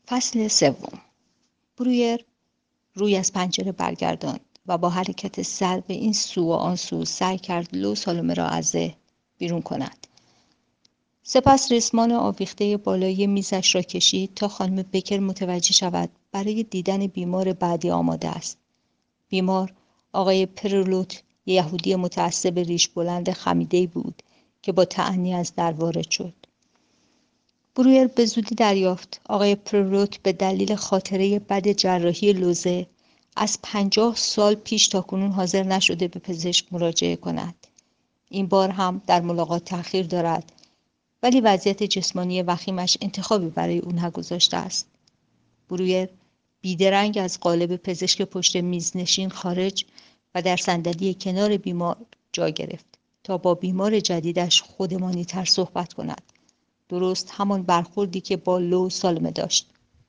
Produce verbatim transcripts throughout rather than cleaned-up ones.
فصل سوم. برویر روی از پنجره برگرداند و با حرکت سر به این سو و آن سو سعی کرد لو سالومه را از ذهن بیرون کند. سپس ریسمان آویخته بالای میزش را کشید تا خانم بکر متوجه شود برای دیدن بیمار بعدی آماده است. بیمار آقای پرلوت، یهودی متعصب ریش بلند خمیده‌ای بود که با تأنی از در وارد شد. برویر به زودی دریافت آقای پرلوت به دلیل خاطره بد جراحی لوزه از پنجاه سال پیش تا کنون حاضر نشده به پزشک مراجعه کند. این بار هم در ملاقات تأخیر دارد، ولی وضعیت جسمانی وخیمش انتخابی برای او نگذاشته است. برویر بیدرنگ از قالب پزشک پشت میز نشین خارج و در صندلی کنار بیمار جا گرفت تا با بیمار جدیدش خودمانی تر صحبت کند. درست همان برخوردی که با لو سالمه داشت.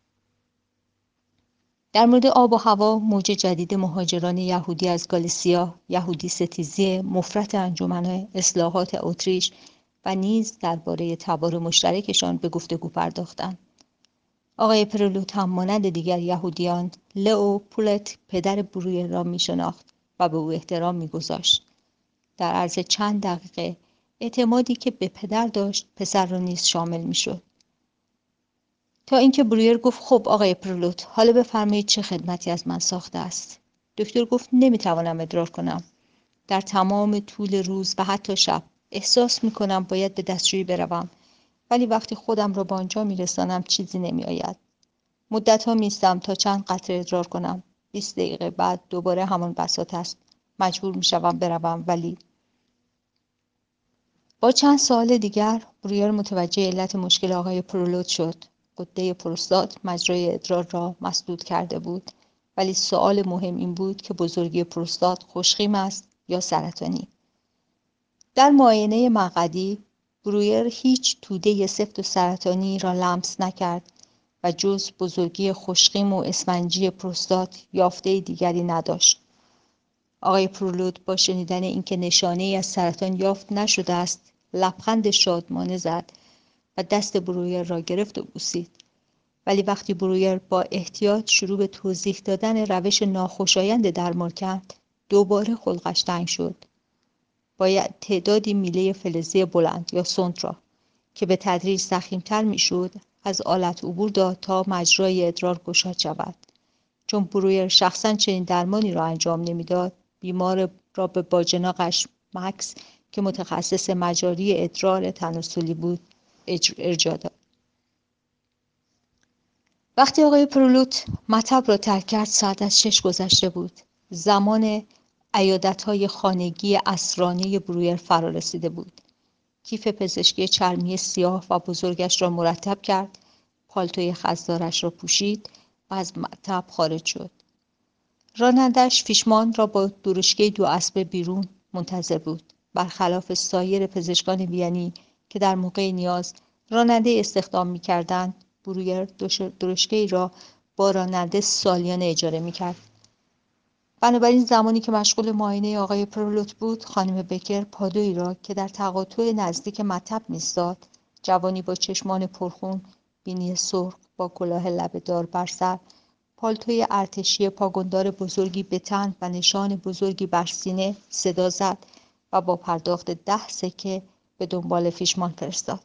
در مورد آب و هوا، موج جدید مهاجران یهودی از گالیسیا، یهودی ستیزی، مفرط انجمن اصلاحات اتریش و نیز درباره تبار مشترکشان به گفتگو پرداختند. آقای پرلوت هم مانند دیگر یهودیان، لئو پولت پدر برویر را می شناخت و به او احترام می گذاشت. در عرض چند دقیقه اعتمادی که به پدر داشت پسر را نیز شامل می شد. تا اینکه برویر گفت خب آقای پرلوت، حالا بفرمایید چه خدمتی از من ساخته است. دکتر گفت نمیتوانم ادرار کنم. در تمام طول روز و حتی شب احساس میکنم باید به دستشویی بروم، ولی وقتی خودم را به آنجا میرسانم چیزی نمیآید. مدتها میستم تا چند قطره ادرار کنم. بیست دقیقه بعد دوباره همان بساط است. مجبور میشوم بروم، ولی با چند سوال دیگر برویر متوجه علت مشکل آقای پرلوت شد. غده پروستات مجرای ادرار را مسدود کرده بود، ولی سوال مهم این بود که بزرگی پروستات خوشخیم است یا سرطانی. در معاینه مقعدی برویر هیچ توده سفت و سرطانی را لمس نکرد و جز بزرگی خوشخیم و اسفنجی پروستات یافته دیگری نداشت. آقای پرلوت با شنیدن اینکه نشانه‌ای از سرطان یافت نشده است لبخند شادمانه زد و دست برویر را گرفت و بوسید. ولی وقتی برویر با احتیاط شروع به توضیح دادن روش ناخوشایند درمان کرد، دوباره خلقش تنگ شد. باید تعدادی میله فلزی بلند یا سنت را که به تدریج ضخیم‌تر می‌شد از آلت عبور داد تا مجرای ادرار گشاد شود. چون برویر شخصاً چنین درمانی را انجام نمی‌داد، بیمار را به باجناقش مکس که متخصص مجاری ادرار تناسلی بود ارجاع داد. وقتی آقای پرلوت مطب را ترک کرد ساعت از شش گذشته بود. زمان عیادت‌های خانگی عصرانه برویر فرا رسیده بود. کیف پزشکی چرمی سیاه و بزرگش را مرتب کرد، پالتوی خزدارش را پوشید و از مطب خارج شد. رانندش فیشمان را با درشکه دو اسبه بیرون منتظر بود. برخلاف سایر پزشکان وینی که در موقع نیاز راننده استخدام می‌کردند، برویر درشکه‌ای را با راننده سالیانه اجاره می‌کرد. بنابراین زمانی که مشغول معاینه آقای پرلوت بود، خانم بکر پادویی را که در تقاطع نزدیک مطب می‌ایستاد، جوانی با چشمان پرخون، بینی سرخ با کلاه لبه‌دار بر سر، پالتوی ارتشی پاگوندار بزرگی به تن و نشان بزرگی بر سینه صدا زد و با پرداخت ده سکه به دنبال فیشمان فرستاد.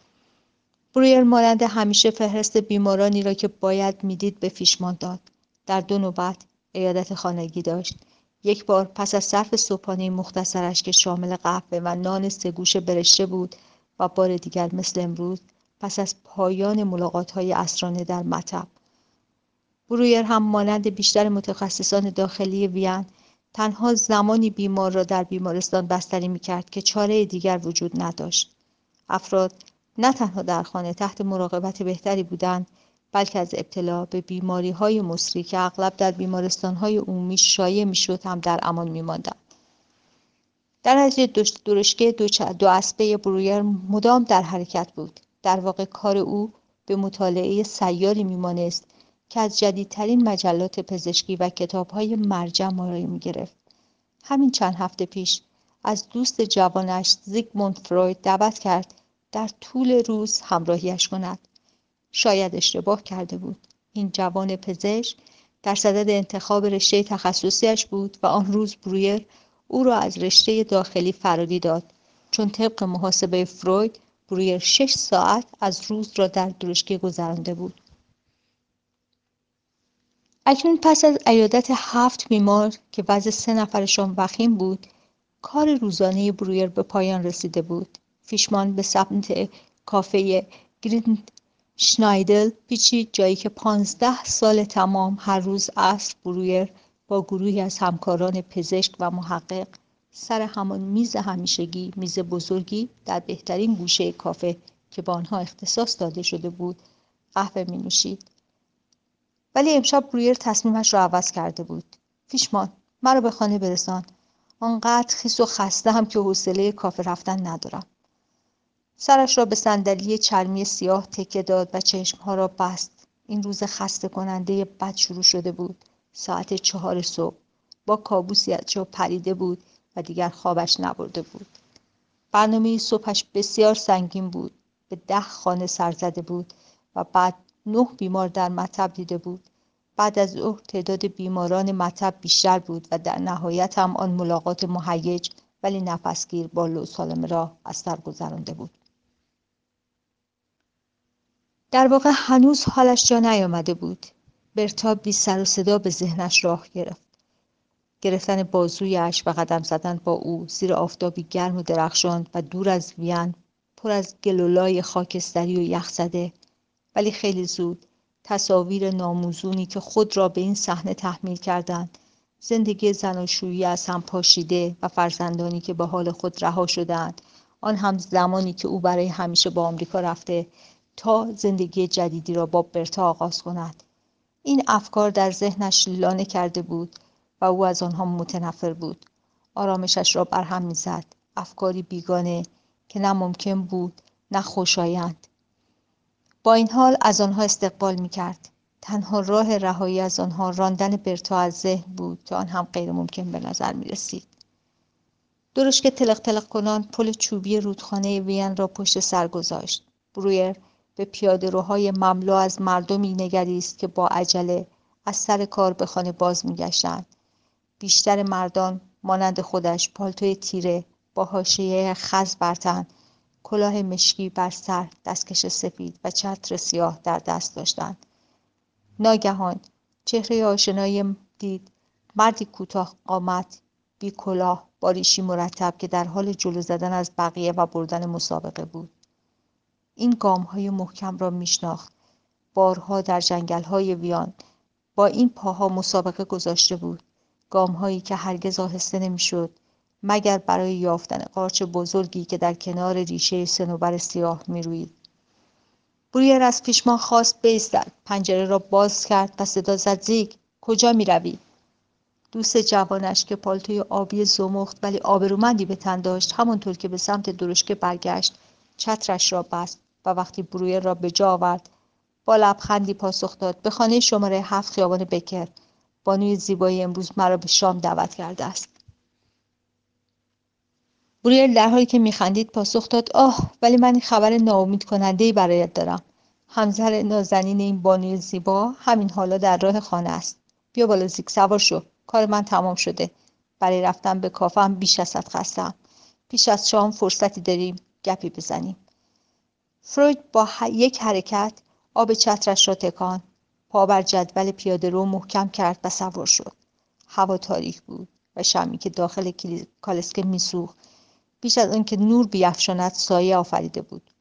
برویر مانند همیشه فهرست بیمارانی را که باید میدید به فیشمان داد. در دو نوبت عیادت خانگی داشت. یک بار پس از صرف صبحانه مختصرش که شامل قهوه و نان سه گوش برشته بود و بار دیگر مثل امروز پس از پایان ملاقات‌های عصرانه در مطب. برویر هم مانند بیشتر متخصصان داخلی وین تنها زمانی بیمار را در بیمارستان بستری می‌کرد که چاره دیگر وجود نداشت. افراد نه تنها در خانه تحت مراقبت بهتری بودند، بلکه از ابتلا به بیماری‌های مسری که اغلب در بیمارستان‌های عمومی شایع می‌شد هم در امان می‌ماندند. در نتیجه درشکه دو, دو اسبه برویر مدام در حرکت بود. در واقع کار او به مطالعه سیاری می‌مانست که از جدیدترین مجلات پزشکی و کتاب‌های مرجع مراجعه می‌گرفت. همین چند هفته پیش از دوست جوانش زیگموند فروید دعوت کرد در طول روز همراهیش کند. شاید اشتباه کرده بود. این جوان پزشک در صدد انتخاب رشته تخصصیش بود و آن روز برویر او را از رشته داخلی فراری داد، چون طبق محاسبه فروید برویر شش ساعت از روز را در درشکه گذرانده بود. اکنون پس از عیادت هفت بیمار که وضع سه نفرشان وخیم بود، کار روزانه برویر به پایان رسیده بود. فیشمان به سمت کافه گریند شنایدل پیچید، جایی که پانزده سال تمام هر روز عصر برویر با گروهی از همکاران پزشک و محقق سر همان میز همیشگی، میز بزرگی در بهترین گوشه کافه که به آنها اختصاص داده شده بود، قهوه می نوشید. ولی امشب برویر تصمیمش را عوض کرده بود. فیشمان، مرا به خانه برسان. آنقدر خیس و خسته هم که حوصله کافه رفتن ندارم. سرش را به صندلی چرمی سیاه تکیه داد و چشمها را بست. این روز خسته کننده بد شروع شده بود. ساعت چهار صبح با کابوسی از جا پریده بود و دیگر خوابش نبرده بود. برنامه صبحش بسیار سنگین بود. به ده خانه سر زده بود و بعد نه بیمار در مطب دیده بود. بعد از ظهر تعداد بیماران مطب بیشتر بود و در نهایت هم آن ملاقات مهیج ولی نفسگیر با لوسالمه را از سر گذرانده بود. در واقع هنوز حالش جا نیامده بود. برتا بی سر و صدا به ذهنش راه گرفت. گرفتن بازویش و قدم زدن با او زیر آفتابی گرم و درخشان و دور از وین، پر از گلولای خاکستری و یخ زده. ولی خیلی زود تصاویر ناموزونی که خود را به این صحنه تحمیل کردند، زندگی زناشویی از هم پاشیده و فرزندانی که به حال خود رها شدند، آن هم زمانی که او برای همیشه با آمریکا رفته تا زندگی جدیدی را با برتا آغاز کند. این افکار در ذهنش لانه کرده بود و او از آنها متنفر بود. آرامشش را برهم می‌زد. افکاری بیگانه که نه ممکن بود نه خوشایند. با این حال از آنها استقبال می‌کرد. تنها راه رهایی از آنها راندن برتا از ذهن بود که آن هم غیر ممکن به نظر می‌رسید. درشکه تلق تلق کنان پل چوبی رودخانه وین را پشت سر گذاشت. برویر به پیاده‌روهای مملو از مردمی نگریست که با عجله از سر کار به خانه باز می‌گشتند. بیشتر مردان مانند خودش پالتوی تیره با حاشیه خز بر تن، کلاه مشکی بر سر، دستکش سفید و چتر سیاه در دست داشتند. ناگهان چهره آشنایی دید. مردی کوتاه قامت، بی کلاه، با ریشی مرتب که در حال جلو زدن از بقیه و بردن مسابقه بود. این گام‌های محکم را میشناخت. بارها در جنگل‌های ویان با این پاها مسابقه گذاشته بود. گام‌هایی که هرگز آهسته نمی‌شد مگر برای یافتن قارچ بزرگی که در کنار ریشه صنوبر سیاه می‌روید. برویر از فیشمان خواست بایستد. پنجره را باز کرد و صدا زد: زیگ، کجا می‌روی؟ دوست جوانش که پالتوی آبی زمخت ولی آبرومندی به تن داشت، همانطور که به سمت درشکه برگشت، چترش را بست و وقتی برویر را به جا آورد، با لبخندی پاسخ داد: به خانه شماره هفت خیابان بکر. بانوی زیبایی امروز مرا به شام دعوت کرده است. برویر در حالی که میخندید پاسخ داد: آه، ولی من این خبر ناامید کننده‌ای برایت دارم. همسر نازنین این بانوی زیبا همین حالا در راه خانه است. بیا بالا زیگ، سوار شو. کار من تمام شده. برای رفتن به کافم بیش از حد خسته‌ام. پیش از شام فرصتی داریم گپی بزنیم. فروید با یک حرکت آب چترش را تکان، پا بر جدول پیاده‌رو محکم کرد و سوار شد. هوا تاریک بود و شمعی که داخل کالسکه میسوخت بیش از آن که نور بیفشاند سایه آفریده بود.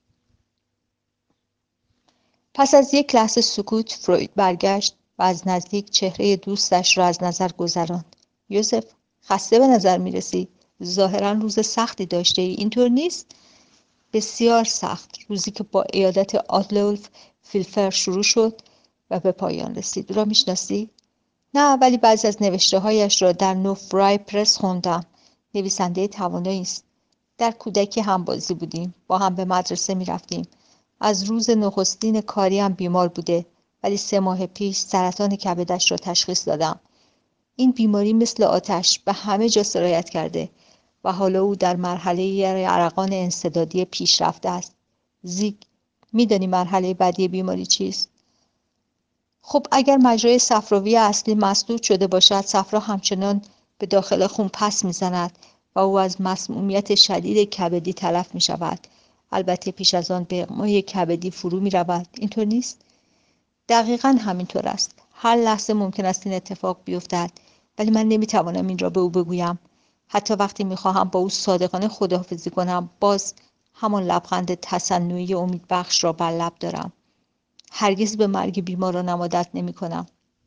پس از یک لحظه سکوت فروید برگشت و از نزدیک چهره دوستش را از نظر گذراند. یوزف، خسته به نظر میرسی. ظاهراً روز سختی داشته ای، اینطور نیست؟ بسیار سخت. روزی که با عیادت آدولف فیلفر شروع شد و به پایان رسید. او را میشناسی؟ نه، ولی بعضی از نوشته هایش را در نو فرای پرس خوندم. نویسنده توانایی است. در کودکی هم بازی بودیم. با هم به مدرسه می رفتیم. از روز نخستین کاری هم بیمار بوده، ولی سه ماه پیش سرطان کبدش را تشخیص دادم. این بیماری مثل آتش به همه جا سرایت کرده و حالا او در مرحله عرقان انسدادی پیشرفته است. زیگ، میدانی مرحله بعدی بیماری چیست؟ خب اگر مجرای صفراوی اصلی مسدود شده باشد، صفرا همچنان به داخل خون پس میزند و او از مسمومیت شدید کبدی تلف می شود. البته پیش از آن به اغمای کبدی فرو می رود. اینطور نیست؟ دقیقاً همینطور است. هر لحظه ممکن است این اتفاق بیفتد، ولی من نمیتوانم این را به او بگویم. حتی وقتی میخواهم با او صادقانه خداحافظی کنم، باز همان لبخند تصنعی امیدبخش را بر لب دارم. هرگز به مرگ بیماران عادت نمی‌کنم.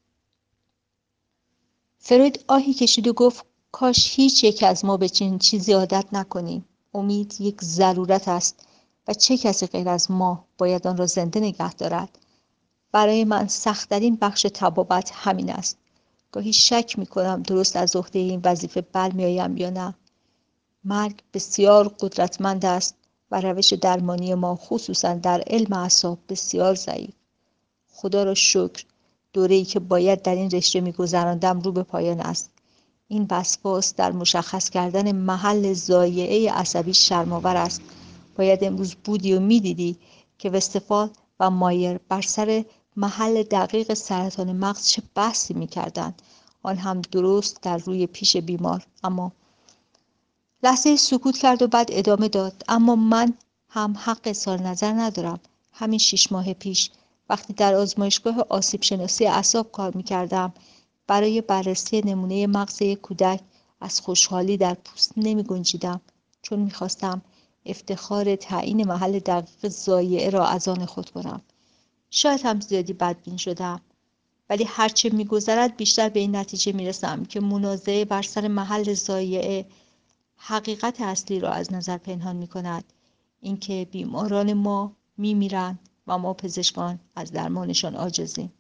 فروید آهی کشید و گفت کاش هیچ یک از ما به چنین چیزی عادت نکنیم. امید یک ضرورت است و چه کسی غیر از ما باید آن را زنده نگه دارد. برای من سخت‌ترین بخش طبابت همین است. گاهی شک می‌کنم درست از عهده این وظیفه برمی‌آیم یا نه. مرگ بسیار قدرتمند است و روش درمانی ما خصوصاً در علم اعصاب بسیار ضعیف. خدا را شکر دوره‌ای که باید در این رشته می‌گذراندم رو به پایان است. این وسواس در مشخص کردن محل ضایعه عصبی شرم‌آور است. باید امروز بودی و می‌دیدی که وستفال و مایر بر سر محل دقیق سرطان مغز چه بحثی می‌کردند. آن هم درست در روی پیش بیمار. اما لحظه سکوت کرد و بعد ادامه داد. اما من هم حق اظهار نظر ندارم. همین شش ماه پیش وقتی در آزمایشگاه آسیب شناسی اعصاب کار می‌کردم، برای بررسی نمونه مغز یک کودک از خوشحالی در پوست نمی‌گنجیدم، چون می‌خواستم افتخار تعیین محل دقیق ضایعه را از آن خود کنم. شاید هم زیادی بدبین شدم، ولی هرچه می‌گذرد بیشتر به این نتیجه می‌رسم که منازعه بر سر محل ضایعه حقیقت اصلی را از نظر پنهان می‌کند، اینکه بیماران ما می‌میرند و ما پزشکان از درمانشان عاجزیم.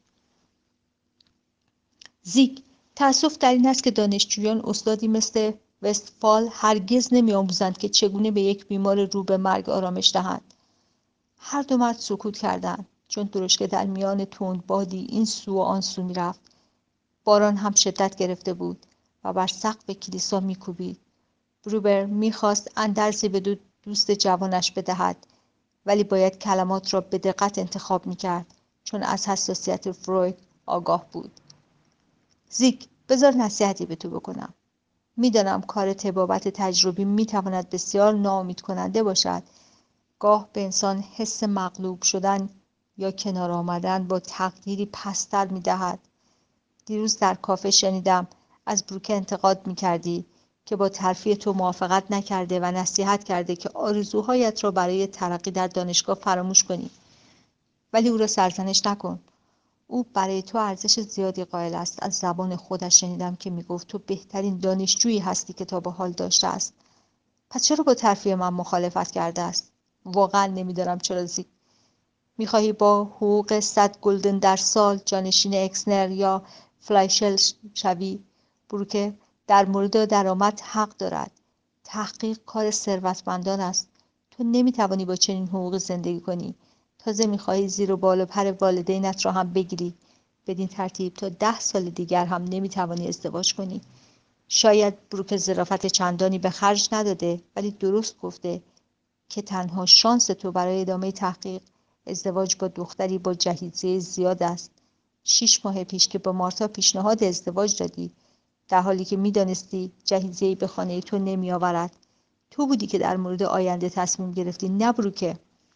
زیگ، تأسف در این است که دانشجویان استادی مثل وستفال هرگز نمی‌آموزند که چگونه به یک بیمار رو به مرگ آرامش دهند. هر دو مرد سکوت کردند، چون درشکه در میان تندبادی این سو و آن سو می‌رفت. باران هم شدت گرفته بود و بر سقف کلیسا می‌کوبید. بروبر می‌خواست اندرزی به دو دوست جوانش بدهد، ولی باید کلمات را به دقت انتخاب می‌کرد، چون از حساسیت فروید آگاه بود. زیگ، بذار نصیحتی به تو بکنم. میدانم کار طبابت تجربی میتواند بسیار ناامید کننده باشد. گاه به انسان حس مغلوب شدن یا کنار آمدن با تقدیری پستر میدهد. دیروز در کافه شنیدم از بروکه انتقاد میکردی که با ترفیع تو موافقت نکرده و نصیحت کرده که آرزوهایت را برای ترقی در دانشگاه فراموش کنی. ولی او را سرزنش نکن. او برای تو ارزش زیادی قائل است. از زبان خودش شنیدم که میگفت تو بهترین دانشجویی هستی که تا به حال داشته است. پس چرا با ترفیع من مخالفت کرده است؟ واقعا نمیدانم چرا. زیگ، میخواهی با حقوق صد گلدن در سال جانشین اکسنر یا فلایشل شوی؟ بروکه در مورد درآمد حق دارد. تحقیق کار ثروتمندان است. تو نمیتوانی با چنین حقوق زندگی کنی. تازه میخواهی زیر و بال و پر والدینت را هم بگیری. بدین ترتیب تا ده سال دیگر هم نمیتوانی ازدواج کنی. شاید بروک ظرافت چندانی به خرج نداده، ولی درست گفته که تنها شانس تو برای ادامه تحقیق ازدواج با دختری با جهیزیه زیاد است. شش ماه پیش که با مارتا پیشنهاد ازدواج دادی، در حالی که میدانستی جهیزیه‌ای به خانه تو نمی آورد. تو بودی که در مورد آینده تصمیم گرفتی، نه بروکه.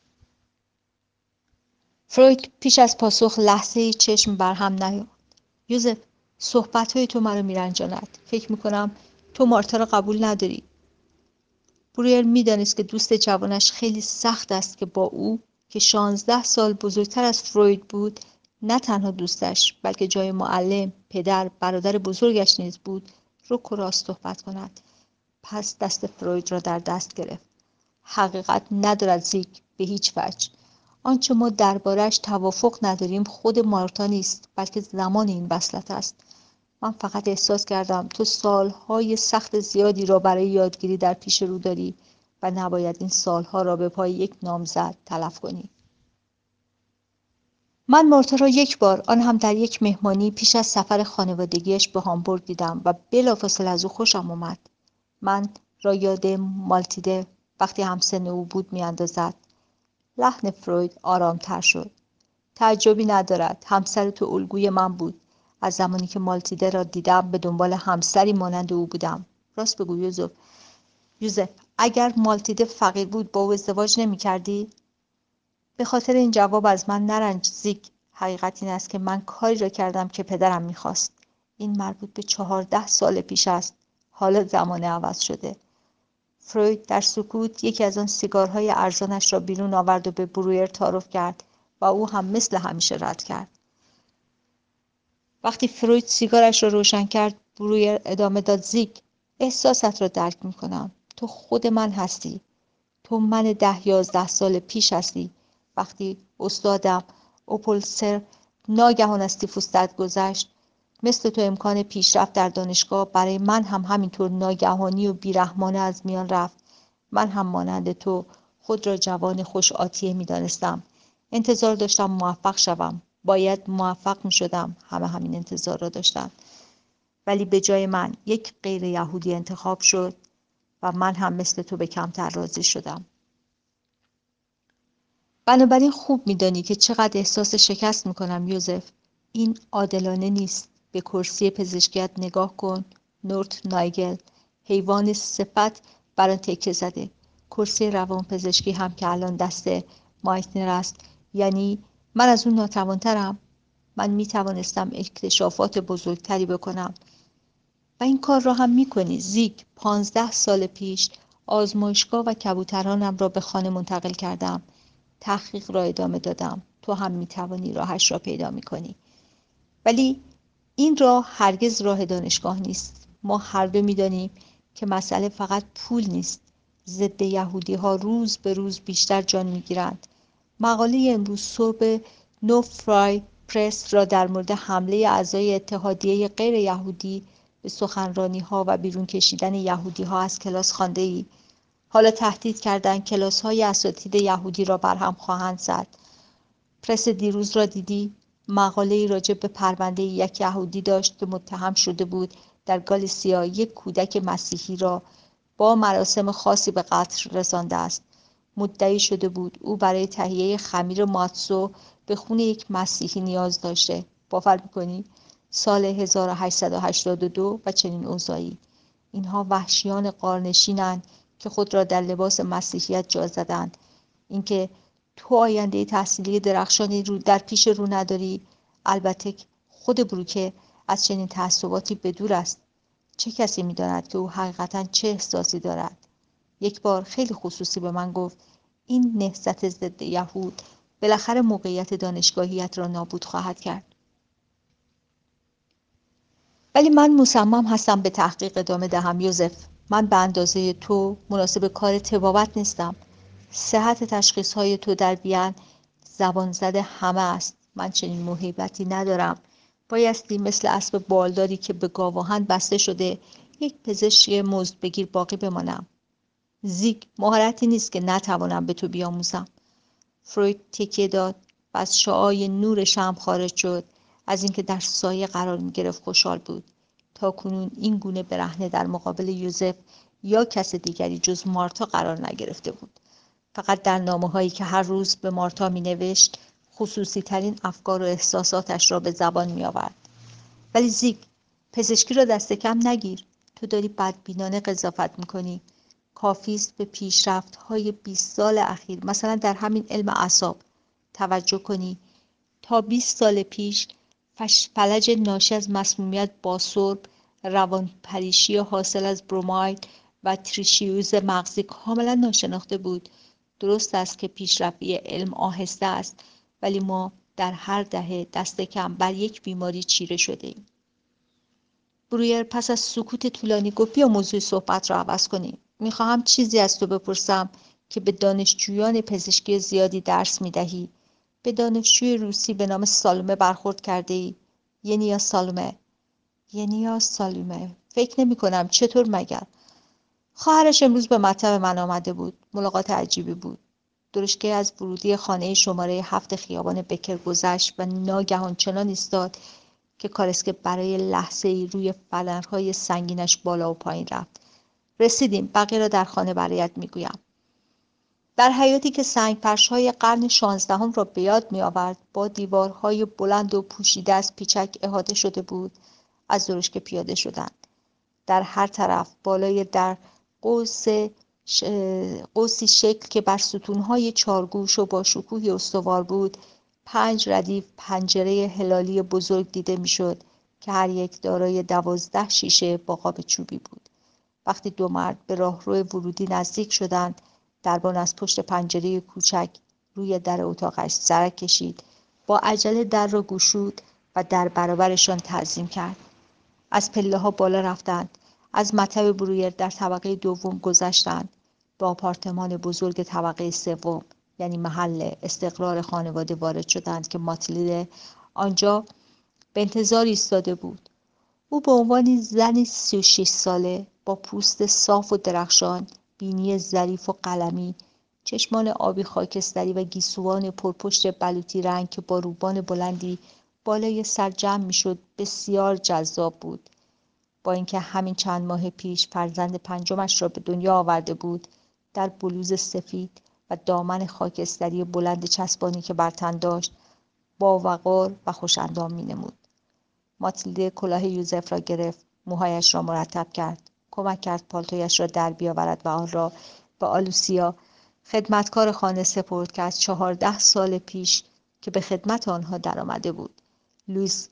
فروید پیش از پاسخ لحظه‌ای چشم بر هم نیافت. یوزف، صحبت‌های تو مرا میرنجاند. فکر می‌کنم تو مارتا را قبول نداری. برویر می‌دانست که دوست جوانش خیلی سخت است که با او که شانزده سال بزرگتر از فروید بود، نه تنها دوستش بلکه جای معلم، پدر، برادر بزرگش نیز بود، رک و راست صحبت کند. پس دست فروید را در دست گرفت. حقیقت ندارد زیگ، به هیچ وجه. آنچه ما درباره‌اش توافق نداریم خود مارتا نیست، بلکه زمان این وصلت است. من فقط احساس کردم تو سالهای سخت زیادی را برای یادگیری در پیش رو داری و نباید این سالها را به پای یک نامزد تلف کنی. من مارتا را یک بار، آن هم در یک مهمانی پیش از سفر خانوادگیش به هامبورگ دیدم و بلافاصله از او خوشم آمد. من را یاد مالتیده وقتی همسن او بود میاندازد. لحن فروید آرامتر شد. تعجبی ندارد. همسر تو الگوی من بود. از زمانی که مالتیده را دیدم به دنبال همسری مانند او بودم. راست بگو یوزف. یوزف اگر مالتیده فقیر بود با او ازدواج نمی کردی؟ به خاطر این جواب از من نرنج زیگ. حقیقت این است که من کاری را کردم که پدرم میخواست. این مربوط به چهارده سال پیش است. حالا زمانه عوض شده. فروید در سکوت یکی از آن سیگارهای ارزانش را بیرون آورد و به برویر تعارف کرد و او هم مثل همیشه رد کرد. وقتی فروید سیگارش را روشن کرد، برویر ادامه داد: زیگ، احساست را درک میکنم. تو خود من هستی. تو من ده یازده سال پیش هستی. وقتی استادم اوپولسر ناگهان از تیفوس درگذشت، مثل تو امکان پیشرفت در دانشگاه برای من هم همینطور ناگهانی و بیرحمانه از میان رفت. من هم مانند تو خود را جوان خوش آتیه می دانستم. انتظار داشتم موفق شوم. باید موفق می شدم. همه همین انتظار را داشتم. ولی به جای من یک غیر یهودی انتخاب شد و من هم مثل تو به کمتر راضی شدم. بنابراین خوب میدانی که چقدر احساس شکست میکنم یوزف. این عادلانه نیست. به کرسی پزشکیت نگاه کن. نورت نایگل، حیوان صفت بر آن تکیه زده. کرسی روان پزشکی هم که الان دست مایتنر است. یعنی من از اون ناتوانترم. من میتوانستم اکتشافات بزرگتری بکنم و این کار را هم میکنی. زیگ، پانزده سال پیش آزمایشگاه و کبوترانم را به خانه منتقل کردم. تحقیق را ادامه دادم. تو هم میتوانی راهش را پیدا میکنی. ولی این راه هرگز راه دانشگاه نیست. ما هر دو میدانیم که مسئله فقط پول نیست. ضد یهودی ها روز به روز بیشتر جان میگیرند. مقاله امروز صبح نو فرای پرس را در مورد حمله اعضای اتحادیه غیر یهودی به سخنرانی ها و بیرون کشیدن یهودی ها از کلاس خوانده ای؟ حالا تهدید کردند کلاس های اساتید یهودی را برهم خواهند زد. پرس دیروز را دیدی؟ مقاله راجع به پرونده یک یهودی داشت که متهم شده بود در گالیسیا یک کودک مسیحی را با مراسم خاصی به قتل رسانده است. مدعی شده بود او برای تهیه خمیر ماتسو به خون یک مسیحی نیاز داشته. باور می‌کنی؟ سال هزار و هشتصد و هشتاد و دو و چنین اوضاعی. اینها وحشیان غارنشینند که خود را در لباس مسیحیت جا زدند. اینکه تو آینده تحصیلی درخشانی رو در پیش رو نداری. البته خود بروکه از چنین تعصباتی بدور است. چه کسی می‌داند که او حقیقتاً چه احساسی دارد؟ یک بار خیلی خصوصی به من گفت این نهضت ضد یهود بالاخره موقعیت دانشگاهیت را نابود خواهد کرد. ولی من مصمم هستم به تحقیق ادامه دهم یوزف. من به اندازه تو مناسب کار طبابت نیستم. صحت تشخیص‌های تو در بیان زبان زده همه است. من چنین موهبتی ندارم. بایستی مثل اسب بالداری که به گاوآهن بسته شده یک پزشک مزد بگیر باقی بمانم. زیگ، مهارتی نیست که نتوانم به تو بیاموزم. فروید تکیه داد و از شعاع نور شمع خارج شد. از اینکه در سایه قرار می گرفت خوشحال بود. تا کنون این گونه برهنه در مقابل یوزف یا کس دیگری جز مارتا قرار نگرفته بود. فقط در نامه هایی که هر روز به مارتا می نوشت خصوصی ترین افکار و احساساتش را به زبان می آورد. ولی زیگ، پزشکی را دست کم نگیر. تو داری بدبینانه قضاوت می کنی. کافی است به پیشرفت‌های بیست سال اخیر مثلا در همین علم اعصاب توجه کنی. تا بیست سال پیش فلج ناشی از مسمومیت با سرب، روانپریشی حاصل از بروماید و تریشیوز مغزی کاملا ناشناخته بود. درست است که پیشرفتی علم آهسته است، ولی ما در هر دهه دست کم بر یک بیماری چیره شده ایم. برویر پس از سکوت طولانی گفت بیا موضوع صحبت را عوض کنیم. میخواهم چیزی از تو بپرسم که به دانشجویان پزشکی زیادی درس میدهی. به دانشجوی روسی به نام سالومه برخورد کرده ای؟ ینیا سالومه. ینیا سالومه. فکر نمی کنم. چطور مگر؟ خواهرش امروز به مطب من آمده بود. ملاقات عجیبی بود. درشکه از ورودی خانه شماره هفت خیابان بکر گذشت و ناگهان چنان ایستاد که کالسکه برای لحظه ای روی فلرهای سنگینش بالا و پایین رفت. رسیدیم. بقیه را در خانه برایت میگویم. در حیاتی که سنگ‌فرش‌های قرن شانزدهم را به یاد می‌آورد، با دیوارهای بلند و پوشیده از پیچک احاطه شده بود، از درشکه پیاده شدند. در هر طرف بالای در قوس ش... قوسی شکل که بر ستونهای چارگوش و با شکوهی استوار بود، پنج ردیف پنجره هلالی بزرگ دیده میشد که هر یک دارای دوازده شیشه با قاب چوبی بود. وقتی دو مرد به راهرو ورودی نزدیک شدند، دربان از پشت پنجره کوچک روی در اتاقش سرک کشید، با عجله در را گشود و در برابرشان تعظیم کرد. از پله‌ها بالا رفتند، از مطب برویر در طبقه دوم گذشتند، به آپارتمان بزرگ طبقه سوم، یعنی محل استقرار خانواده وارد شدند که ماتیلده آنجا به انتظار ایستاده بود. او به عنوان زنی سی و شش ساله با پوست صاف و درخشان، بینی ظریف و قلمی، چشمان آبی خاکستری و گیسوان پرپشت بلوطی رنگ که با روبان بلندی بالای سر جمع میشد، بسیار جذاب بود. با اینکه همین چند ماه پیش فرزند پنجمش را به دنیا آورده بود، در بلوز سفید و دامن خاکستری بلند چسبانی که بر تن داشت، با وقار و خوش‌اندام می‌نمود. ماتیلده کلاه یوزف را گرفت، موهایش را مرتب کرد، کمک کرد پالتویش را در بیاورد و آن را به آلوسیا، خدمتکار خانه سپرد که از چهارده سال پیش که به خدمت آنها درآمده بود. لوئیس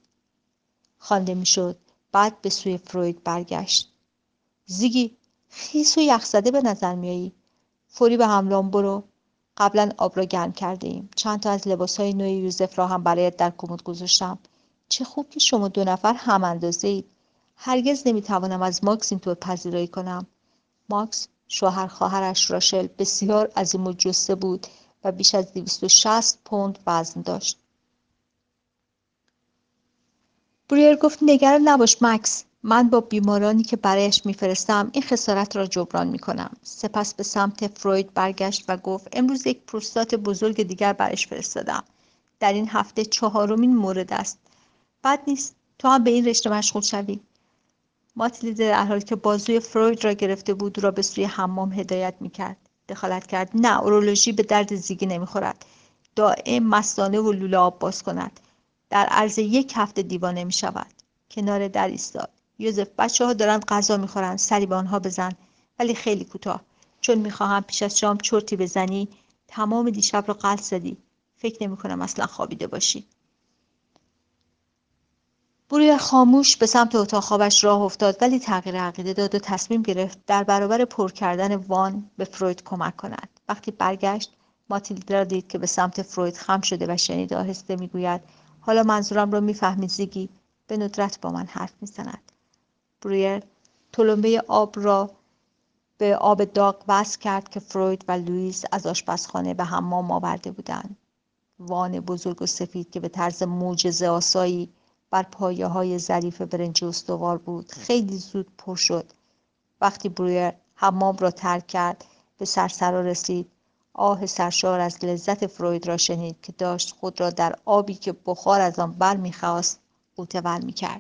خوانده میشد. بعد به سوی فروید برگشت. زیگی، خیس و یخزده به نظر میایی. فوری به حمام برو. قبلا آب را گرم کرده ایم. چند تا از لباسهای نو یوزف را هم برایت در کمد گذاشتم. چه خوب که شما دو نفر هم اندازه اید. هرگز نمیتوانم از ماکس اینطور پذیرایی کنم. ماکس، شوهر خواهرش راشل، بسیار عظیم و جثه بود و بیش از دویست و شصت پوند وزن داشت. برویر گفت نگران نباش مکس، من با بیمارانی که برایش میفرستم این خسارت را جبران میکنم. سپس به سمت فروید برگشت و گفت امروز یک پروستات بزرگ دیگر برایش فرستادم. در این هفته چهارمین مورد است. بد نیست تو هم به این رشته مشغول شوی. ماتیلده در حالی که بازوی فروید را گرفته بود را به سوی حمام هدایت میکرد. دخالت کرد. نه، اورولوژی به درد زیگی نمیخورد. دائم مثانه و لوله آب باز کند. در عرض یک هفته دیوانه می شود. کنار در ایستاد. یوزف، بچه ها دارن غذا می خورن. سری به آنها بزن. ولی خیلی کوتاه. چون می خواهم پیش از شام چرتی بزنی. تمام دیشب را غلط زدی. فکر نمی کنم اصلا خوابیده باشی. برویر خاموش به سمت اتاق خوابش راه افتاد، ولی تغییر عقیده داد و تصمیم گرفت در برابر پر کردن وان به فروید کمک کند. وقتی برگشت، ماتیلده را دید که به سمت فروید خم شده و شنید آهسته میگوید حالا منظورم را میفهمی زیگی؟ به ندرت با من حرف میزند. برویر تلمبه آب را به آب داغ وصل کرد که فروید و لوئیس از آشپزخانه به حمام آورده بودند. وان بزرگ و سفید که به طرز معجزه آسایی بر پایه های ظریف برنجی استوار بود خیلی زود پر شد. وقتی برویر حمام را ترک کرد به سرسرا رسید. آه سرشار از لذت فروید را شنید که داشت خود را در آبی که بخار از آن برمیخواست غوطه‌ور میکرد.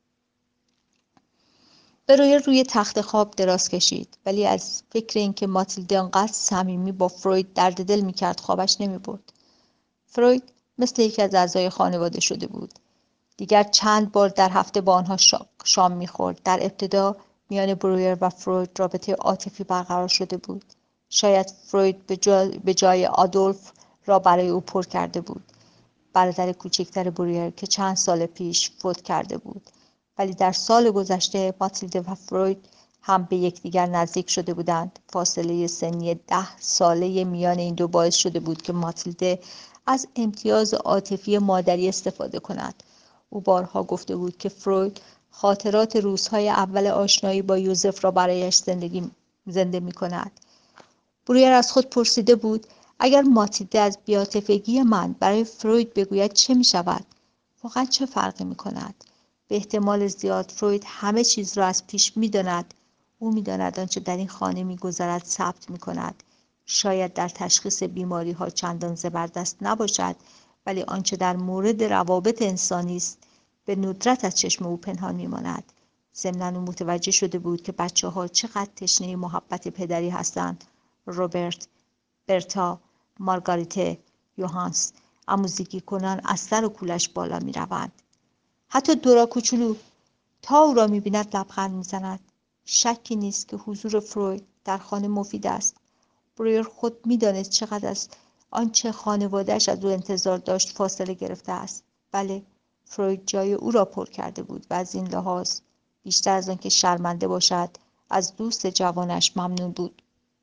برویر روی تخت خواب دراز کشید، ولی از فکر اینکه ماتیلده آنقدر صمیمی با فروید درد دل میکرد خوابش نمیبرد. فروید مثل یکی از اعضای خانواده شده بود. دیگر چند بار در هفته با آنها شام میخورد. در ابتدا میان برویر و فروید رابطه عاطفی برقرار شده بود. شاید فروید به جای, به جای آدولف را برای او پر کرده بود، برادر کوچکتر برویر که چند سال پیش فوت کرده بود. ولی در سال گذشته ماتیلده و فروید هم به یکدیگر نزدیک شده بودند. فاصله سنی ده ساله میان این دو باعث شده بود که ماتیلده از امتیاز عاطفی مادری استفاده کند. او بارها گفته بود که فروید خاطرات روزهای اول آشنایی با یوزف را برایش زندگی زنده می کند. برویر از خود پرسیده بود اگر ماتیلده از بی‌عاطفگی من برای فروید بگوید چه می شود؟ واقعا چه فرقی می کند؟ به احتمال زیاد فروید همه چیز را از پیش می داند. او می داند آنچه در این خانه می گذرد ثبت می کند. شاید در تشخیص بیماری ها چندان زبردست نباشد، ولی آنچه در مورد روابط انسانی است به ندرت از چشم او پنهان می ماند. ضمناً او متوجه شده بود که بچه ها چقدر تشنه محبت پدری هستند. روبرت برتا، مارگاریته، یوهانس آموزگی کنان از سر و کولش بالا می روند. حتی دورا کوچولو تا او را می بیند لبخند می زند. شکی نیست که حضور فروید در خانه مفید است. برویر خود می دانست چقدر از آنچه خانواده‌اش از او انتظار داشت فاصله گرفته است. بله، فروید جای او را پر کرده بود و از این لحاظ بیشتر از آن که شرمنده باشد از دوست جوانش ممنون بود.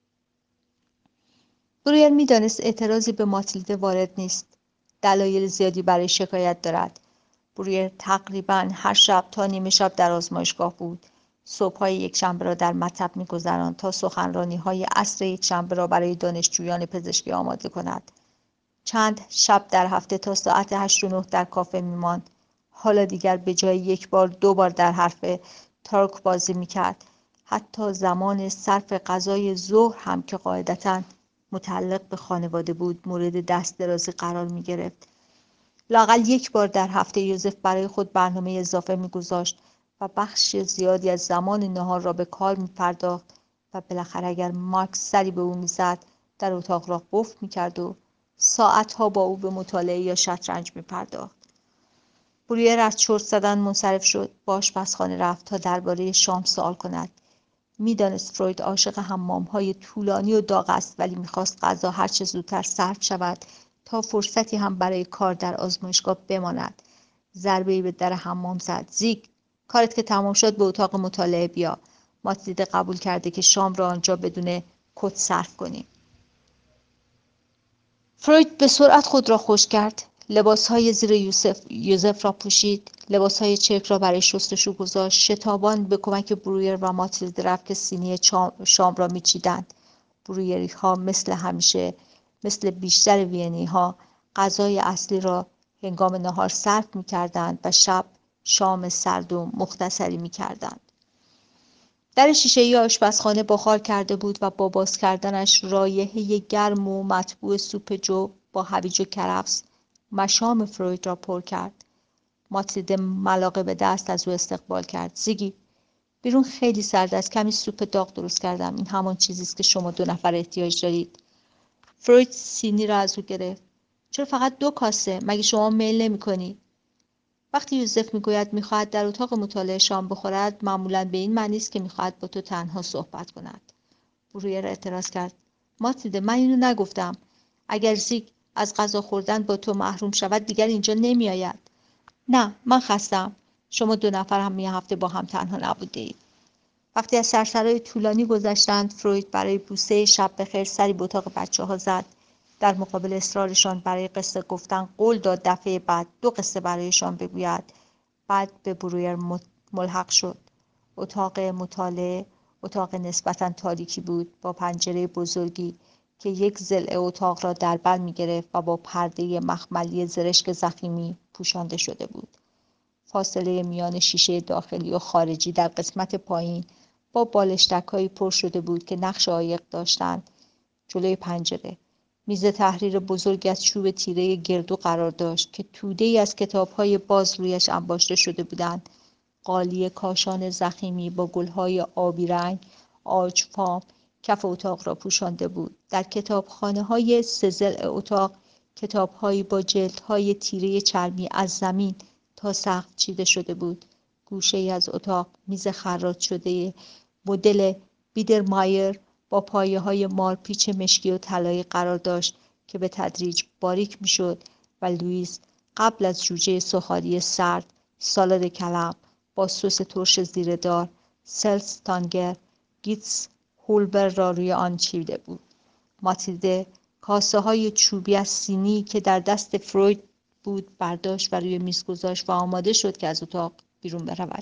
برویر می دانست اعتراضی به ماتیلده وارد نیست. دلایل زیادی برای شکایت دارد. برویر تقریباً هر شب تا نیمه شب در آزمایشگاه بود. صبح‌های یکشنبه را در مطب می‌گذراند تا سخنرانی‌های عصر یکشنبه را برای دانشجویان پزشکی آماده کند. چند شب در هفته تا ساعت هشت و نه در کافه می‌ماند. حالا دیگر به جای یک بار دو بار در حرف تارک بازی می‌کرد. حتی زمان صرف غذای ظهر هم که قاعدتاً متعلق به خانواده بود مورد دست درازی قرار می‌گرفت. لااقل یک بار در هفته یوزف برای خود برنامه اضافه می‌گذاشت و بخش زیادی از زمان نهار را به کار می‌پرداخت و بالاخره اگر مارکس سری به او می‌زد در اتاق را قفل می‌کرد و ساعت‌ها با او به مطالعه یا شطرنج می‌پرداخت. برویر از چرت زدن منصرف شد. با آشپزخانه رفت تا درباره شام سوال کند. می‌دانست فروید عاشق حمام‌های طولانی و داغ است ولی می‌خواست غذا هر چه زودتر صرف شود تا فرصتی هم برای کار در آزمایشگاه بماند. ضربه‌ای به در حمام زد. زیگ، کارت که تمام شد به اتاق مطالعه بیا. ماتیلده قبول کرده که شام را آنجا بدون کت صرف کنیم. فروید به سرعت خود را خوش کرد. لباسهای زیر یوسف یوزف را پوشید. لباسهای چرک را برای شستشو گذاشت. شتابان به کمک برویر و ماتیلده رفت که سینی شام را میچیدند. برویری ها مثل همیشه مثل بیشتر وینی ها غذای اصلی را هنگام نهار صرف می‌کردند و شب شام سرد و مختصری می‌کردند. در شیشه‌ای آشپزخانه بخار کرده بود و با باز کردنش رایحه گرم و مطبوع سوپ جو با هویج و کرفس مشام فروید را پر کرد. ماتیلده ملاقه به دست از او استقبال کرد. زیگی، بیرون خیلی سرد است. کمی سوپ داغ درست کردم. این همان چیزی است که شما دو نفر احتیاج دارید. فروید سینی را از او گرفت. چرا فقط دو کاسه؟ مگه شما میل نمی‌کنید؟ وقتی یوزف میگوید میخواهد در اتاق مطالعه شام بخورد معمولاً به این معنی است که میخواهد با تو تنها صحبت کند. برویر اعتراض کرد. ماتیلده، من اینو نگفتم. اگر زیگ از غذا خوردن با تو محروم شود دیگر اینجا نمیآید. نه، من خستم. شما دو نفر هم یه هفته با هم تنها نبوده اید. وقتی از سرسرای طولانی گذشتند فروید برای بوسه شب بخیر سری به اتاق بچه ها زد. در مقابل اصرارشان برای قصه گفتن قول داد دفعه بعد دو قصه برایشان بگوید. بعد به برویر ملحق شد. اتاق مطالعه اتاق نسبتاً تاریکی بود با پنجره بزرگی که یک ضلع اتاق را در بر می گرفت و با پرده مخملی زرشک ضخیمی پوشانده شده بود. فاصله میان شیشه داخلی و خارجی در قسمت پایین با بالشتک‌هایی پر شده بود که نقش عایق داشتند. جلوی پنجره میز تحریر بزرگی از چوب تیره گردو قرار داشت که توده‌ای از کتاب‌های باز رویش انباشته شده بودند. قالی کاشان ضخیمی با گل‌های آبی رنگ عاج فام کف اتاق را پوشانده بود. در کتابخانه‌های سه ضلع اتاق کتاب‌هایی با جلدهای تیره چرمی از زمین تا سقف چیده شده بود. گوشه‌ای از اتاق میز خراط شده مدل بیدرمایر با پایه‌های مارپیچ مشکی و طلایی قرار داشت که به تدریج باریک می‌شد و لوئیس قبل از جوجه سوخاری سرد، سالاد کلم با سس ترش زیره‌دار، سلزتانگر، گیتس هولبر را روی آن چیده بود. ماتیلده کاسه‌های چوبی از سینی که در دست فروید بود برداشت و روی میز گذاشت و آماده شد که از اتاق بیرون برود.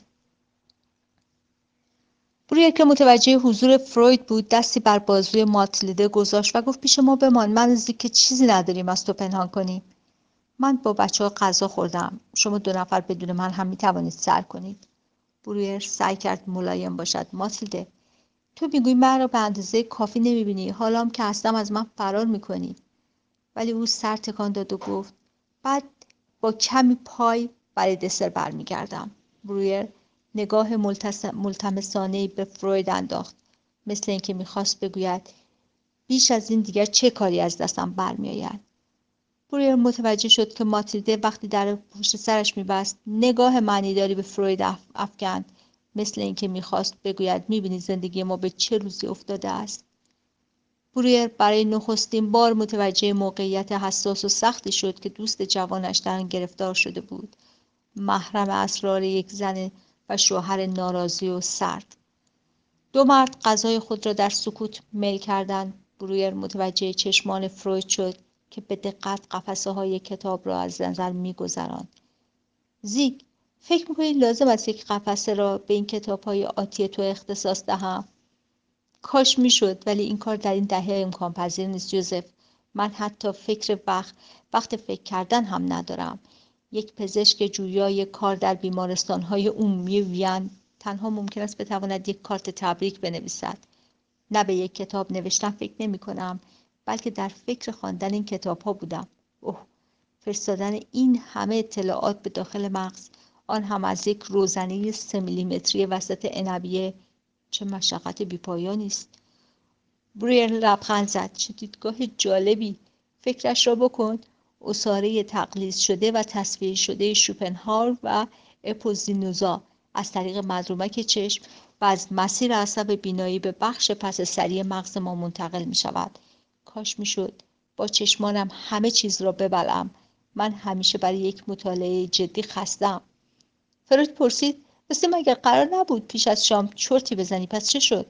برویر که متوجه حضور فروید بود دستی بر بازوی ماتیلده گذاشت و گفت پیش ما بمان. من از که چیزی نداریم از تو پنهان کنیم. من با بچه ها غذا خوردم. شما دو نفر بدون من هم می توانید سر کنید. برویر سعی کرد ملایم باشد. ماتیلده، تو میگویی من را به اندازه کافی نمیبینی. حالا هم که هستم از من فرار میکنی. ولی او سر تکان داد و گفت بعد با کمی پای برای دسر برمیگردم. برویر نگاه ملتمسانه‌ای به فروید انداخت، مثل اینکه میخواست بگوید بیش از این دیگر چه کاری از دستم برمیآید؟ برویر متوجه شد که ماتیلده وقتی در پشت سرش میبست نگاه معنیداری به فروید افکند، مثل اینکه میخواست بگوید میبینی زندگی ما به چه روزی افتاده است. برویر برای نخستین بار متوجه موقعیت حساس و سختی شد که دوست جوانش در آن گرفتار شده بود، محرم اسرار یک زن و شوهر ناراضی و سرد. دو مرد غذای خود را در سکوت میل کردند. برویر متوجه چشمان فروید شد که به دقت قفسه های کتاب را از نظر می‌گذراند. زیگ، فکر می‌کنی لازم است یک قفسه را به این کتاب‌های آتی تو اختصاص دهم؟ کاش میشد، ولی این کار در این دهه امکان پذیر نیست یوزف. من حتی فکر وقت وقت فکر کردن هم ندارم. یک پزشک جویای کار در بیمارستان‌های عمومی وین تنها ممکن است بتواند یک کارت تبریک بنویسد. نه به یک کتاب نوشتن فکر نمی کنم، بلکه در فکر خواندن این کتاب ها بودم. اوه، فرستادن این همه اطلاعات به داخل مغز، آن هم از یک روزنه سه میلیمتری وسط عنبیه، چه مشقت بی‌پایانی است. برویر لبخند زد. چه دیدگاه جالبی. فکرش را بکن. اساره تقلیص شده و تصفیه شده شوپنهاور و اپوزینوزا از طریق مدرمک چشم و از مسیر عصب بینایی به بخش پس سری مغز ما منتقل می شود. کاش می شد با چشمانم همه چیز را ببلم. من همیشه برای یک مطالعه جدی خستم. فروید پرسید: راستی مگر قرار نبود پیش از شام چرتی بزنی؟ پس چه شد؟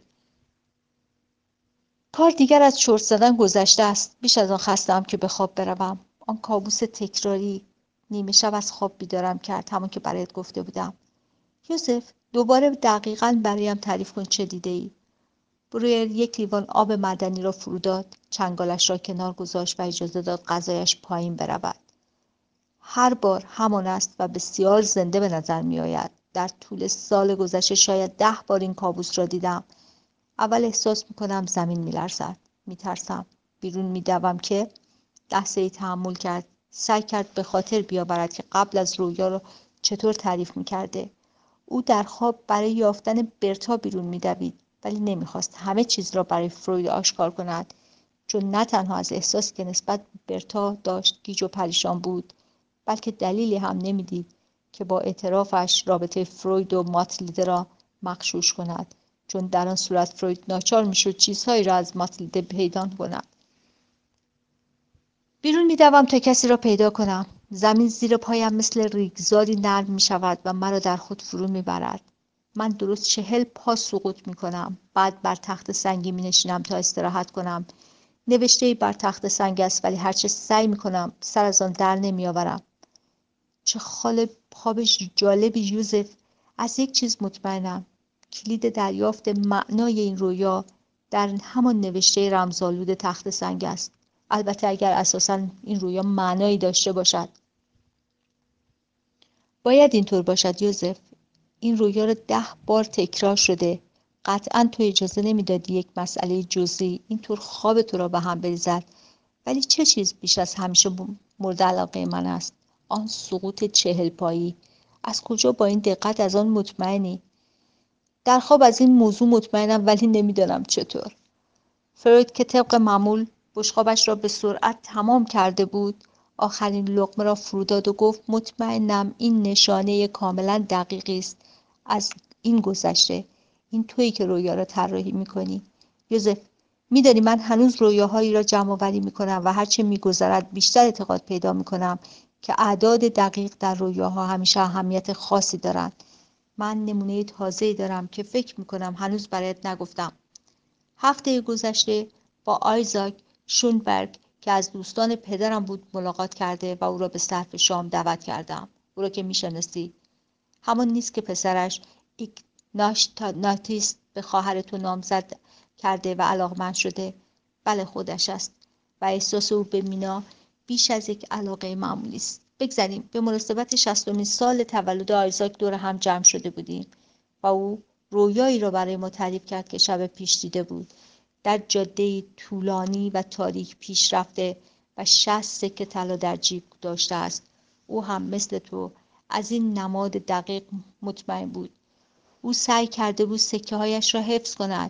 کار دیگر از چرت زدن گذشته است. بیش از آن خسته‌ام که به خواب بروم. آن کابوس تکراری نیمه شب از خواب بیدارم کرد، همون که برایت گفته بودم. یوسف، دوباره دقیقاً برایم تعریف کن چه دیده ای. برویر یک لیوان آب معدنی را فرو داد، چنگالش را کنار گذاشت و اجازه داد غذایش پایین برود. هر بار همان است و بسیار زنده به نظر می آید. در طول سال گذشته شاید ده بار این کابوس را دیدم. اول احساس می کنم زمین می لرزد. می ترسم. بیرون می دوم که لحظه ای تحمل کرد. سعی کرد به خاطر بیاورد که قبل از رویا را چطور تعریف می کرده. او در خواب برای یافتن برتا بیرون می دوید، ولی نمی خواست همه چیز را برای فروید آشکار کند، چون نه تنها از احساسی که نسبت به برتا داشت گیج و پریشان بود، بلکه دلیلی هم نمیدید که با اعترافش رابطه فروید و ماتیلده را مغشوش کند، چون در آن صورت فروید ناچار میشد چیزهایی را از ماتیلده پیدا کند. بیرون میدوم تا کسی را پیدا کنم. زمین زیر پایم مثل ریگزاری نرم می شود و مرا در خود فرو می برد. من درست چهل پا سقوط می کنم. بعد بر تخت سنگی می نشینم تا استراحت کنم. نوشته‌ای بر تخت سنگ است، ولی هرچه سعی می کنم سر از آن در نمی آورم. چه خواب خواب جالبی یوزف. از یک چیز مطمئنم. کلید دریافت معنای این رویا در همان نوشته رمزآلود تخت سنگ است. البته اگر اساساً این رویا معنایی داشته باشد. باید اینطور باشد یوزف. این رویا را ده بار تکرار شده. قطعاً تو اجازه نمیدادی یک مسئله جزئی اینطور خواب تو را به هم بریزد. ولی چه چیز بیش از همیشه مورد علاقه من است؟ آن سقوط چهل پایی. از کجا با این دقت از آن مطمئنی؟ در خواب از این موضوع مطمئنم، ولی نمیدانم چطور. فروید که طبق معمول بشقابش را به سرعت تمام کرده بود، آخرین لقمه را فرو داد و گفت: مطمئنم این نشانه کاملا دقیقی است از این گذشته. این تویی که رویا را طراحی میکنی. یوزف، میدانی من هنوز رویاهایی را جمع آوری میکنم و هرچه میگذرد بیشتر اعتقاد پیدا میکنم که اعداد دقیق در رویاها همیشه اهمیت خاصی دارند. من نمونه تازه‌ای دارم که فکر میکنم هنوز برایت نگفتم. هفته گذشته با آیزاک شونبرگ که از دوستان پدرم بود ملاقات کرده و او را به صرف شام دعوت کردم. او را که میشناسی، همان نیست که پسرش ایگناتیس به خواهر تو نامزد کرده و علاقمند شده؟ بله، خودش است. و احساس او به مینا بیش از یک علاقه معمولی است. بگذاریم به مناسبت شصتمین سال تولد آیزاک دور هم جمع شده بودیم و او رویایی را برای ما تعریف کرد که شب پیش دیده بود. در جاده طولانی و تاریک پیش رفته و شصت سکه طلا در جیب داشته است. او هم مثل تو از این نماد دقیق مطمئن بود. او سعی کرده بود سکه هایش را حفظ کند،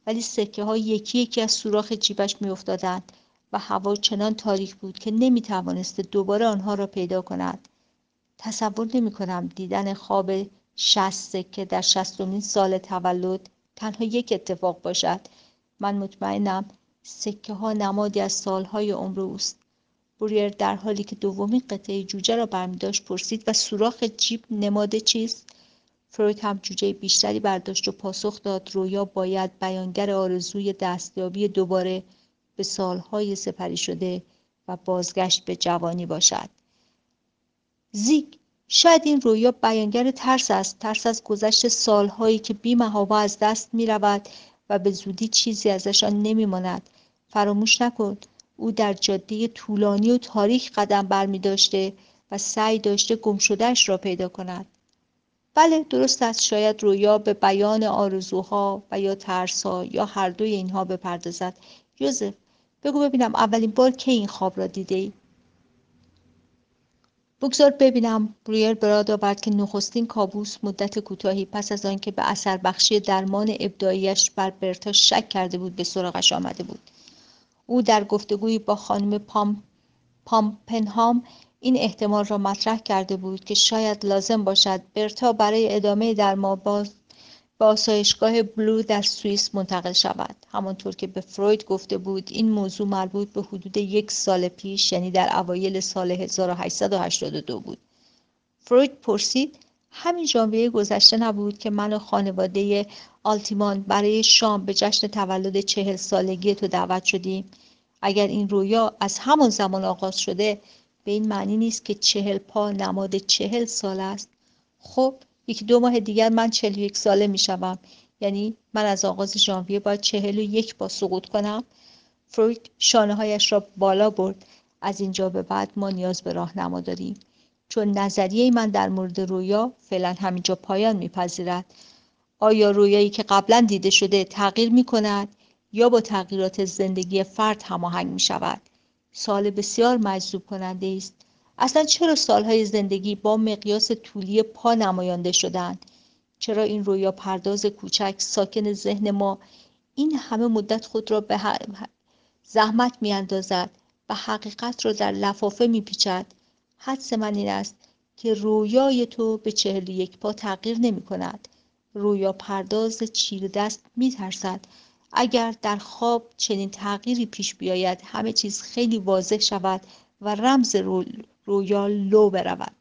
ولی سکه ها یکی یکی از سوراخ جیبش می افتادند و هوا چنان تاریک بود که نمی توانست دوباره آنها را پیدا کند. تصور نمی کنم دیدن خواب شصت سکه در شصتمین سال تولد تنها یک اتفاق باشد. من مطمئنم سکه ها نمادی از سالهای عمر اوست. بوریر در حالی که دومین قطعه جوجه را برمی داشت پرسید و سوراخ جیب نماد چیست؟ فروید هم جوجه بیشتری برداشت و پاسخ داد رویا باید بیانگر آرزوی دستیابی دوباره به سالهای سپری شده و بازگشت به جوانی باشد. زیگ، شاید این رویا بیانگر ترس است، ترس از گذشت سالهایی که بی محابا از دست می رود و به زودی چیزی ازشان نمی ماند. فراموش نکن او در جاده طولانی و تاریک قدم برمی داشته و سعی داشته گم شده‌اش را پیدا کند. بله درست است، شاید رویا به بیان آرزوها و یا ترسها یا هر دوی اینها بپردازد. یوزف، بگو ببینم اولین بار کی این خواب را دیده ای؟ بگذار ببینم. برویر به یاد آورد که نخستین کابوس مدت کوتاهی پس از آنکه به اثر بخشی درمان ابداعیش بر برتا شک کرده بود به سراغش آمده بود. او در گفتگویی با خانم پام پامپنهام این احتمال را مطرح کرده بود که شاید لازم باشد برتا برای ادامه درمان باز به آسایشگاه بلو در سوئیس منتقل شود. همانطور که به فروید گفته بود این موضوع مربوط به حدود یک سال پیش، یعنی در اوایل سال هزار و هشتصد و هشتاد و دو بود. فروید پرسید همین ژانویه گذشته نبود که من و خانواده آلتیمان برای شام به جشن تولد چهل سالگی تو دعوت شدیم؟ اگر این رویا از همان زمان آغاز شده به این معنی نیست که چهل پا نماد چهل سال است. خب یکی دو ماه دیگر من چهل و یک ساله می شوم. یعنی من از آغاز ژانویه باید چهل و یک با سقوط کنم. فروید شانه هایش را بالا برد. از اینجا به بعد ما نیاز به راهنما داریم، چون نظریه من در مورد رویا فعلا همینجا پایان میپذیرد. آیا رویایی که قبلا دیده شده تغییر می کند یا با تغییرات زندگی فرد هماهنگ می شود؟ سوال بسیار مجذوب کننده است. اصلا چرا سالهای زندگی با مقیاس طولی پا نمایانده شدند؟ چرا این رویا پرداز کوچک ساکن ذهن ما این همه مدت خود را به زحمت می اندازد و حقیقت را در لفافه می پیچد؟ حدس من این است که رویای تو به چهل و یک پا تغییر نمی کند. رویا پرداز چیره دست می ترسد اگر در خواب چنین تغییری پیش بیاید همه چیز خیلی واضح شود و رمز رو... رویا لو برود.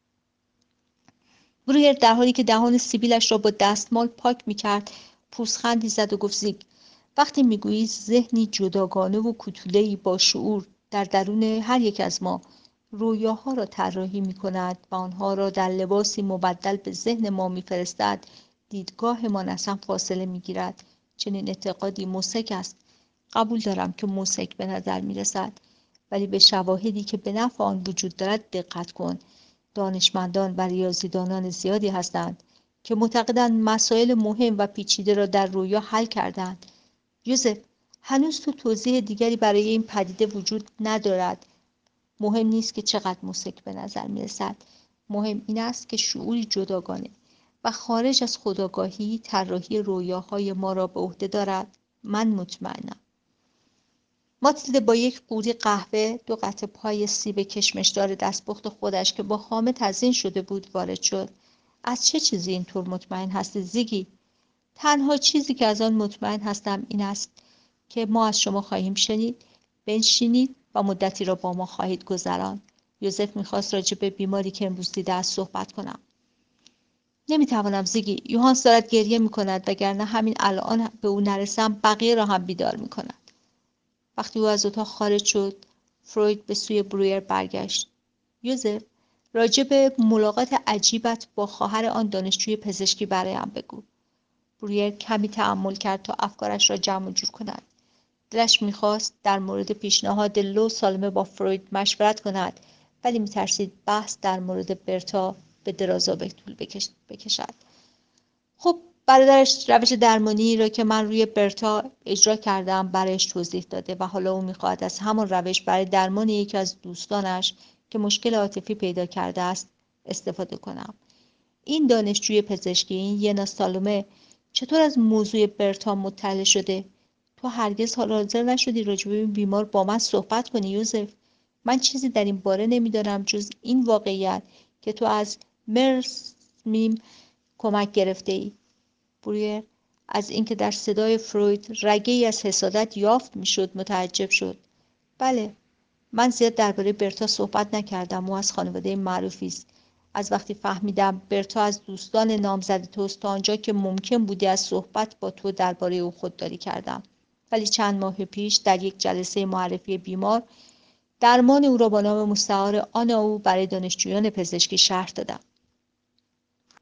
برویر در حالی که دهان سیبیلش را با دستمال پاک می کرد پوزخندی زد و گفت زیگ، وقتی می گویی ذهنی جداگانه و کوتوله‌ای با شعور در درون هر یک از ما رویاها را طراحی می کند و آنها را در لباسی مبدل به ذهن ما می فرستد، دیدگاهمان از هم فاصله می گیرد. چنین اعتقادی موسک است. قبول دارم که موسک به نظر می رسد، ولی به شواهدی که به نفع آن وجود دارد دقت کن. دانشمندان و ریاضیدانان زیادی هستند که معتقدند مسائل مهم و پیچیده را در رویا حل کردند. یوزف، هنوز تو توضیح دیگری برای این پدیده وجود ندارد. مهم نیست که چقدر موسک به نظر می رسد. مهم این است که شعوری جداگانه و خارج از خودآگاهی طراحی رویاهای ما را به عهده دارد. من مطمئنم. ماتیلده با یک قوری قهوه، دو قطعه پای سیب کشمشدار دستپخت خودش که با خامه تزیین شده بود وارد شد. از چه چیزی اینطور مطمئن هستی زیگی؟ تنها چیزی که از آن مطمئن هستم این است که ما از شما خواهیم شنید، بنشینید و مدتی را با ما خواهید گذراند. یوزف میخواست راجع به بیماری که امروز دیده است صحبت کنم. نمیتوانم زیگی، یوهانس دارد گریه میکند وگرنه همین الان به او نرسم بقیه را هم بیدار میکند. وقتی او از اتاق خارج شد فروید به سوی برویر برگشت. یوزف، راجع به ملاقات عجیبت با خواهر آن دانشجوی پزشکی برایم بگو. برویر کمی تأمل کرد تا افکارش را جمع و جور کند. دلش میخواست در مورد پیشنهاد لو سالمه با فروید مشورت کند، ولی میترسید بحث در مورد برتا به درازا به طول بکشد. خب برادرش روش درمانی را که من روی برتا اجرا کردم برایش توضیح داده و حالا او میخواهد از همان روش برای درمان یکی از دوستانش که مشکل عاطفی پیدا کرده است استفاده کنم. این دانشجوی پزشکی، این ینا سالومه، چطور از موضوع برتا مطلع شده؟ تو هرگز حال حاضر نشدی راجع به این بیمار با من صحبت کنی یوزف. من چیزی در این باره نمیدانم جز این واقعیت که تو از مرس میم کمک گرفته ای. برویر از اینکه در صدای فروید رگه‌ای از حسادت یافت میشد متعجب شد. بله، من زیاد درباره برتا صحبت نکردم. او از خانواده معروفی است. از وقتی فهمیدم برتا از دوستان نامزد توست تا آنجا که ممکن بوده از صحبت با تو درباره او خودداری کردم. ولی چند ماه پیش در یک جلسه معرفی بیمار درمان او را با نام مستعار آن او برای دانشجویان پزشکی شرح دادم.